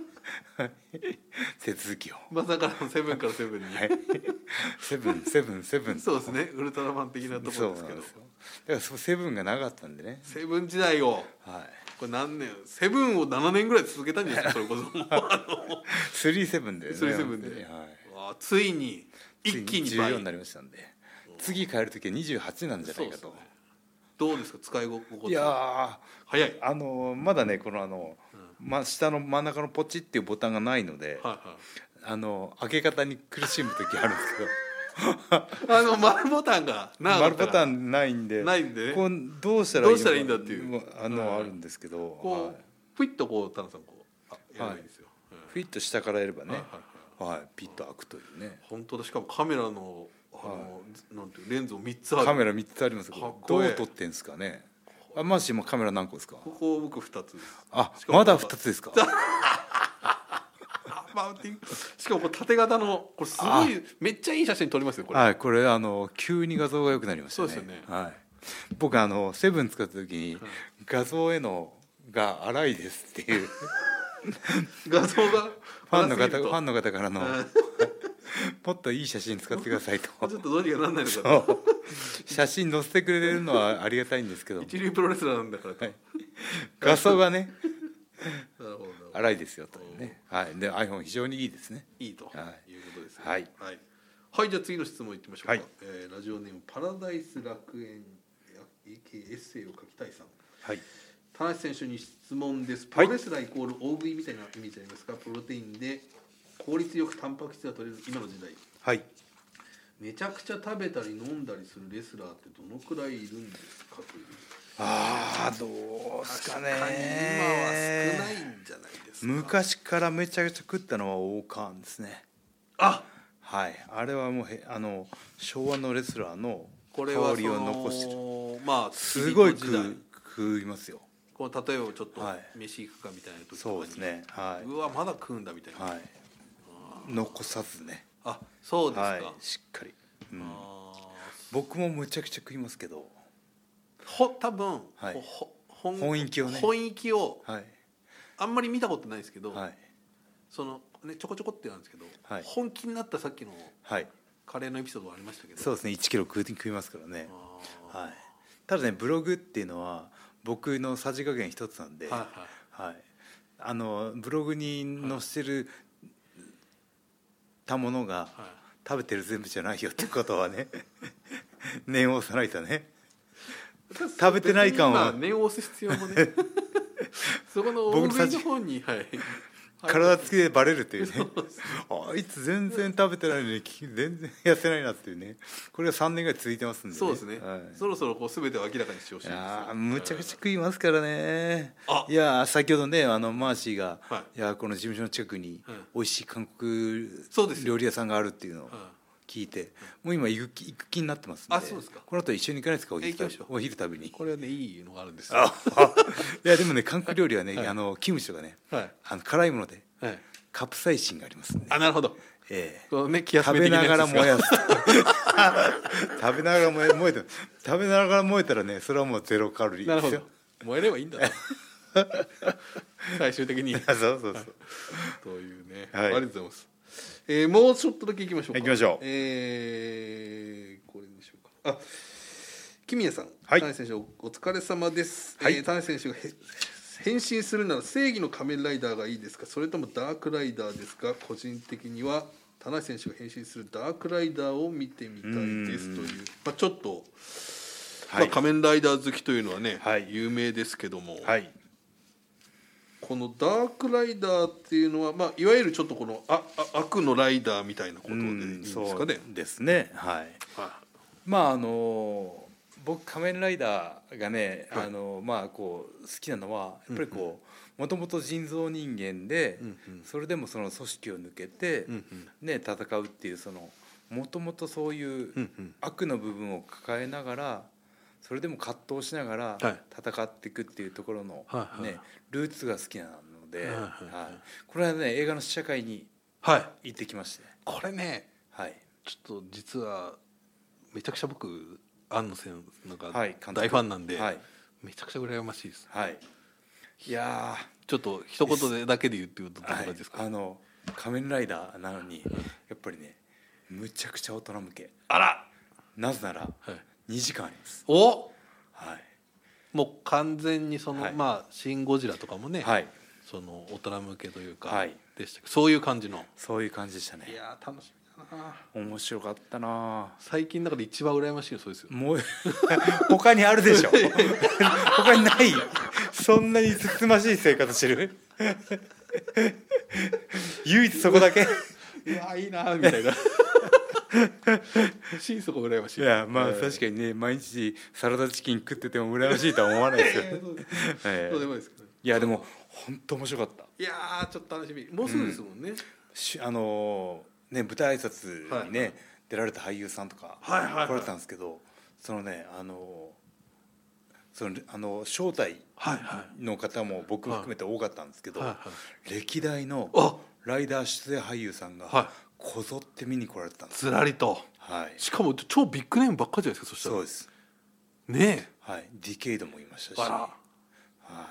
手続きを
まさかのセブンからセブンに、はい、
セブンセブンセブン
そうですね、ウルトラマン的なところですけど、
だからセブンがなかったんでね。
セブン時代を、はい、これ何年セブンをななねんぐらい続けたんじゃないですかそれこそ
スリーセブンでね。
スリーセブンで、はい、あついに一気に
じゅうよんになりましたんで、次変える時はにじゅうはちなんじゃないかと、ね、
どうですか使い心地。
いや
早い。
あのまだねこのあの、うんま、下の真ん中のポチっていうボタンがないので、はいはい、あの開け方に苦しむ時あるんですけど
あの丸ボタンが
丸ボタンないんで
ないんで、ね、
こうどうしたらいいのか
どうしたらいいんだっていう
あの、はい、あるんですけど、
こう、はい、フィッとこう田中さんこうあやらないんですよ、
はい、フィット下からやればね、はいはいはい、ピッと開くというね。
本当だ。しかもカメラのあの、はい、なんていうレンズもみっつある。
カメラみっつありますけどどう撮ってんですかね。あマーシーもカメラ何個ですか。
ここ僕ふたつです。
あまだふたつですか
マウンティング。しかもこれ縦型のこれすごいめっちゃいい写真撮りますよこれ。
はいこれあの急に画像が良くなりましたね。
そうですよね。
はい、僕あのセブン使った時に、はい、画像へのが荒いですっていう
画像が
ファンの方ファンの方からのもっといい写真使ってくださいと
ちょっとどうにかなんないのかと
写真載せてくれるのはありがたいんですけど
一流プロレスラーなんだからと、はい、
画像がね
なるほど
荒いですよというね、はい、で iPhone 非常にいいですね。
いいということですね。
はい、
はいはい、じゃあ次の質問いってみましょうか、はいえー、ラジオネームパラダイス楽園 エーケー エッセイを書きたいさん、はい、田中選手に質問です。プロレスラーイコール大食いみたいなイメージありますか。プロテインで効率よくタンパク質が取れる今の時代、はい、めちゃくちゃ食べたり飲んだりするレスラーってどのくらいいるんですかという。
ああどうですかね。
今は少ないんじゃないですか。
昔からめちゃくちゃ食ったのは王冠ですね。
あ
はいあれはもうへあの昭和のレスラーの香りを残してる。
まあ
すごい食う食いますよ。
こう例えばちょっと飯行くかみたいな時とかに、
そうですね、はい、
うわまだ食うんだみたいな、はい、
残さずね。
あそうですか、はい、
しっかり、うん、僕もむちゃくちゃ食いますけど
ほ多分、はい、
本本域をね
本域を、はい、あんまり見たことないですけど、はい、そのねちょこちょこってなんですけど、
はい、
本気になったさっきの
はい
カレーのエピソードがありましたけど、
そうですねいちキロ食い食いますからね、はい、ただねブログっていうのは僕のさじ加減一つなんで、はいはいはい、あのブログに載せるたものが、はい、食べてる全部じゃないよってことはね念を押さないとね食べてない感は
念を押す必要もねそこの大食いの方に、はい、
体つきでバレるっていうねあいつ全然食べてないのに全然痩せないなっていうね、これがさんねんぐらい続いてますんでね。
そうですね、はい、そろそろこう全てを明らかにしてほしいんですよ。
あむちゃくちゃ食いますからね。いや先ほどねあのマーシーが、はい、いやこの事務所の近くに美味しい韓国料理屋さんがあるっていうのを聞いて、もう今行く気、行く気になってますんで。
あそうですか。
この後一緒に行かないですか、お昼食べ、お昼食べに。
これはねいいのがあるんですよ。
いやでもね韓国料理はね、はい、あのキムチとかね、はい、あの辛いもので、はい、カプサイシンがありますんで。
あなるほど。えーね、
食べながら燃やす食べながら燃え燃えて食べながら燃えたらねそれはもうゼロカロリーですよ。
なるほど、燃えればいいんだ最終的に
そうそうそう
というね、はい、ありがとうございます。えー、もうちょっとだけいきましょうか。
いきましょう。
えー、これでしょうか。あ、木宮さん、
はい、
田中選手 お, お疲れ様です。
はい、
えー、田中選手が変身するなら正義の仮面ライダーがいいですか、それともダークライダーですか。個人的には田中選手が変身するダークライダーを見てみたいですという、まあ、ちょっと、はい、まあ、仮面ライダー好きというのはね、はい、有名ですけども、はい、このダークライダーっていうのは、まあ、いわゆるちょっとこのああ悪のライダーみたいなことでいいんですかね。
そうですね、はい、はい、まああの僕仮面ライダーがね、はい、あのまあこう好きなのはやっぱりこうもともと人造人間で、うんうん、それでもその組織を抜けて、うんうんね、戦うっていうそのもともとそういう悪の部分を抱えながらそれでも葛藤しながら戦っていくっていうところの、ねはいはい、ルーツが好きなので、はいはいはい、これはね映画の試写会に行ってきまして、
はい、これね、はい、ちょっと実はめちゃくちゃ僕庵野さんなんか大ファンなんで、はい、めちゃくちゃ羨ましいです、
はい、いや
ちょっと一言でだけで言うっていうとどんな感じですか。
はい、あの仮面ライダーなのにやっぱりねむちゃくちゃ大人向け。
あら、
なぜなら、はい、にじかんあります。
お、はい、もう完全にその、はい、まあシン・ゴジラとかもね、はい、その大人向けというか、はい、でしたけど、そういう感じの。
そういう感じでしたね。
いや楽しみ。
面白かったな。
最近の中で一番羨ましいのそうですよ。
もう他にあるでしょ他にない。そんなにつつましい生活してる唯一そこだけ
いやいいなみたいな心底羨ましい。
いやまあ、えー、確かにね毎日サラダチキン食ってても羨ましいとは思わないですよ
そうでもですけど、
いやでも本当面白かった。
いやちょっと楽しみ。もうすぐですもんね、うん、
あのーね、舞台挨拶にね、はいはい、出られた俳優さんとか来られたんですけど、はいはいはい、そのねあのそのあの招待の方も僕含めて多かったんですけど、はいはい、歴代のライダー出演俳優さんがこぞって見に来られてたんです。
ずらりと、はい、しかも超ビッグネームばっかりじゃないですか。そしたら
そうです
ね
え、はい、ディケイドもいましたし、
はい、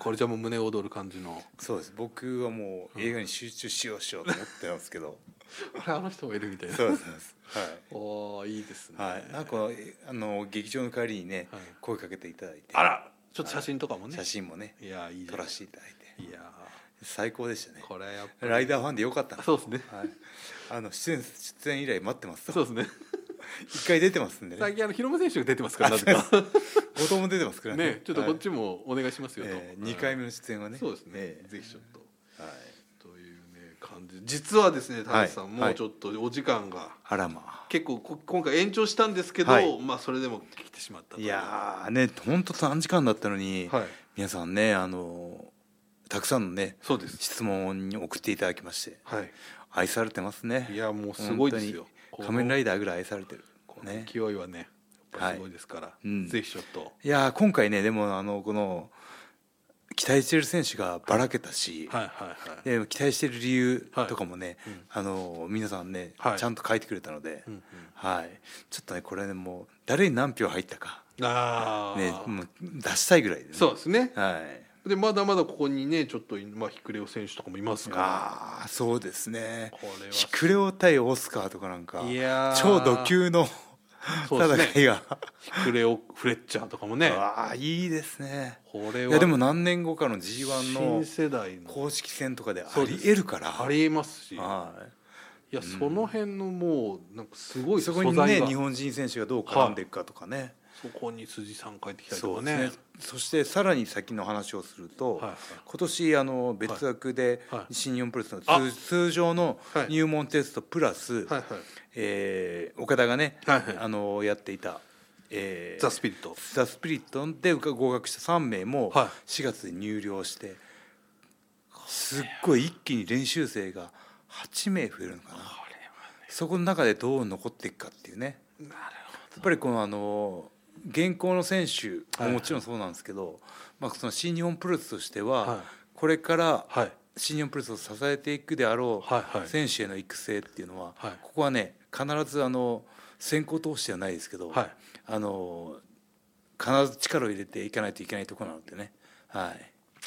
これじゃもう胸躍る感じの。
そうです。僕はもう映画に集中しようしようと思ってたんですけど
あれあの人もいるみたいな。
そうですそうです、はい、
おいいですね、
はい、なんかあの劇場の帰りにね、はい、声かけていただいて、
あらちょっと写真とかもね、
写真もね、
いやいい
撮らせていただいて、
いや
最高でしたね。
これやっぱり
ライダーファンでよかったな。
そうですね、
はい、あの出演出演以来待ってます。
そうですね
一回出てますんでね。
最近あの広間選手が出てますからなぜか
後藤も出てますから ね,
ねちょっとこっちもお願いしますよと、
えー、にかいめの出演はね。
そうですね、
えー、
ぜひちょっと、はい、というね感じ。実はですね田中さん、はい、もうちょっとお時間が、
あらまあ
結構今回延長したんですけど、はい、まあそれでも来てしまったと。
いやーね本当短時間だったのに、はい、皆さんねあのたくさんのね
そうです
質問に送っていただきまして、はい、愛されてますね。
いやもうすごいですよ。
仮面ライダーぐらい愛されてる、
この勢いはねやっぱすごいですから、はいうん、ぜひちょっと。
いや今回ねでもあのこの期待してる選手がばらけたし、はいはいはい、で期待してる理由とかもね、はいうん、あの皆さんね、はい、ちゃんと書いてくれたので、うんうんはい、ちょっとねこれねもう誰に何票入ったかあ、ね、もう出したいぐらいでね。
そうですね、
はい
でまだまだここにねちょっと、まあ、ヒクレオ選手とかもいますから。
ああそうですね。ヒクレオ対オスカーとかなんか
いや
超ド級の戦いが、
ね、ヒクレオフレッチャーとかもね。
ああいいですね。
これはい
やでも何年後かの ジーワン の
新世代の
公式戦とかでありえるから。
ありえますし、
はい
いやその辺のもうなんかすごい
素材がそこにね日本人選手がどう絡んでいくかとかね、はい、
そこに辻さん帰ってきたりとかね。 そ,
ねそしてさらに先の話をすると、はいはい、今年あの別枠で新日本プロレスの 通, 通常の入門テストプラス、はいはいえー、岡田がね、はいはい、あのやっていた、
えー、ザ・スピリット
ザ・スピリットで合格したさんめいもしがつで入寮して、すっごい一気に練習生がはちめい増えるのかな、ね、そこの中でどう残っていくかっていうね。なるほど。やっぱりこのあの現行の選手ももちろんそうなんですけど、はいはいまあ、その新日本プロレスとしては、はい、これから新日本プロレスを支えていくであろう選手への育成っていうのは、はいはい、ここはね必ずあの先行投資ではないですけど、はい、あの必ず力を入れていかないといけないところなのでね、はい、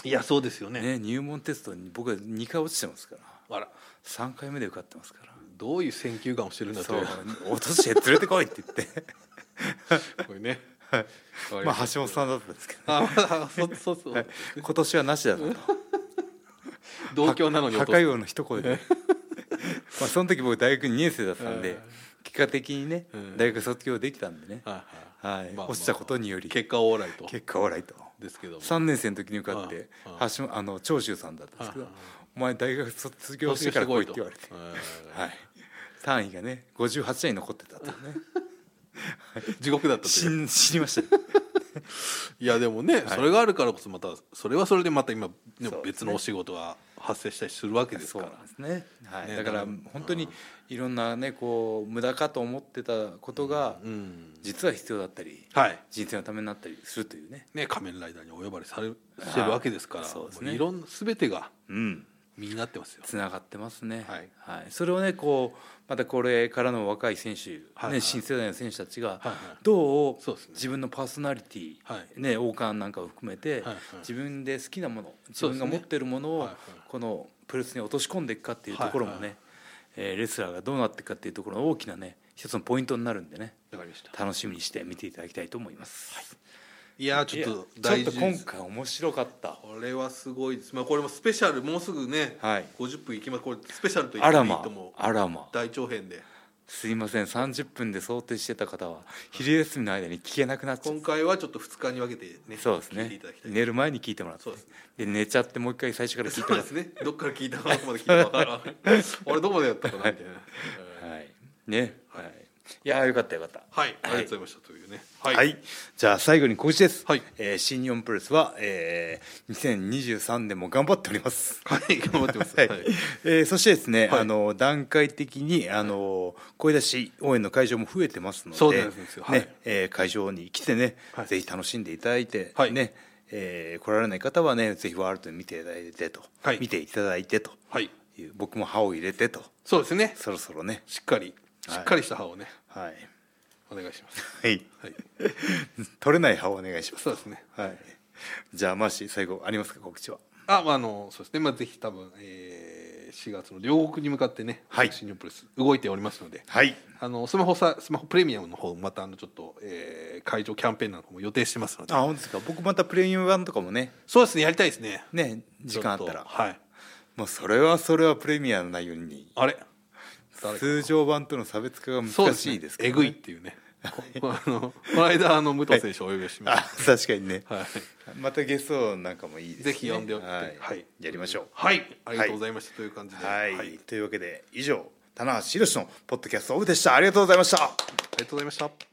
いやそうですよ ね,
ね入門テストに僕はにかい落ちてますから、あらさんかいめで受かってますから。
どういう選球眼をしてるんだと。
落として連れてこいって言って
これね
まあ橋本さんだったんですけど、ね、
あそそうそう、はい、
今年はなしだと
同郷なのに
破壊王の一声でまあその時僕大学にねん生だったんで結果的にね大学卒業できたんでね、はいはいまあ、落ちたことにより
結果オーライと
結果オーライと
ですけども
さんねん生の時に受かって橋あの長州さんだったんですけど、お前大学卒業してから来いって言われて、はい、単位がねごじゅうはちだい残ってたとね
地獄だったと
いう知りました
いやでもね、はい、それがあるからこそまたそれはそれでまた今別のお仕事が発生したりするわけですから。
そうなんですね、はいね、だから本当にいろんなねこう無駄かと思ってたことが実は必要だったり、はい、人生のためになったりするというね。
ね仮面ライダーにお呼ばれされしてるわけですから、そうですね、いろんな全てが、うん身になってますよ。
つながってますね、はいはい、それをねこうまたこれからの若い選手、はいはいね、新世代の選手たちがどう自分のパーソナリティ、はいね、王冠なんかを含めて、はいはい、自分で好きなもの自分が持っているものをこのプロレスに落とし込んでいくかっていうところもね、はいはいえー、レスラーがどうなっていくかっていうところの大きなね一つのポイントになるんでね、わかりました。楽しみにして見ていただきたいと思います、はい。
いやちょっと
大事です。ちょっと今回面白かった。
これはすごいです。まあこれもスペシャルもうすぐね、はい、ごじゅっぷんいきます。これスペシャルと言ってもいいと思う。あらま、大長編で。
すいませんさんじゅっぷんで想定してた方は昼休みの間に聞けなくなっちゃう。
今回はちょっとふつかに分けてね。
そうですね。寝る前に聞いてもらって。そうです、ね。で寝ちゃってもう一回最初から聞いてもらって。
そうですね。どっから聞いたかどこまで聞いたか分からない俺どこまでやったかなみたいな。
はい。ね。はい。いやよかったよかった。
はい、ありがとうございましたというね。
はい。はい、じゃあ最後に告知です。はい。えー、新日本プロレスは、えー、にせんにじゅうさんねんも頑張っております。
はい、頑張ってます。はい。
えー、そしてですね、はい、あの段階的にあの声出し応援の会場も増えてますので、
そうなんですよ。はい、
ね、えー、会場に来てね、はい、ぜひ楽しんでいただいて、はい、ね、えー、来られない方はね、ぜひワールドで見ていただいてと、はい、見ていただいてと、はい、僕も歯を入れてと、
そうですね。
そろそろね、
しっかりしっかりした歯をね。
はい。はい
お願いします。
はい。はい、取れない歯をお願いします。
そうですね。
はい。じゃあマーシー最後ありますか告知は。
あ、まああのそうですね。まあぜひ多分、えー、しがつの両国に向かってね、はい、新日本プロレス動いておりますので、はい。あのスマホさスマホプレミアムの方またあのちょっと、えー、会場キャンペーンなんかも予定してますので。
あ、本当ですか。僕またプレミアム版とかもね。
そうですね。やりたいですね。
ね、時間あったら。はい。もうそれはそれはプレミアムの内容に。
あれ。
通常版との差別化が難しいですけど、ね、
えぐいっていうね。あのこの間あの武藤選手をお呼びしました。
確かにね、はい、またゲストなんかもいいですね。
ぜひ呼んでおいて、はい
はい、やりましょう。
はい、ありがとうございました、はい、という感じで、
はいはい、というわけで以上棚橋宏のポッドキャストオフでした。ありがとうございました。あ
りがとうございました。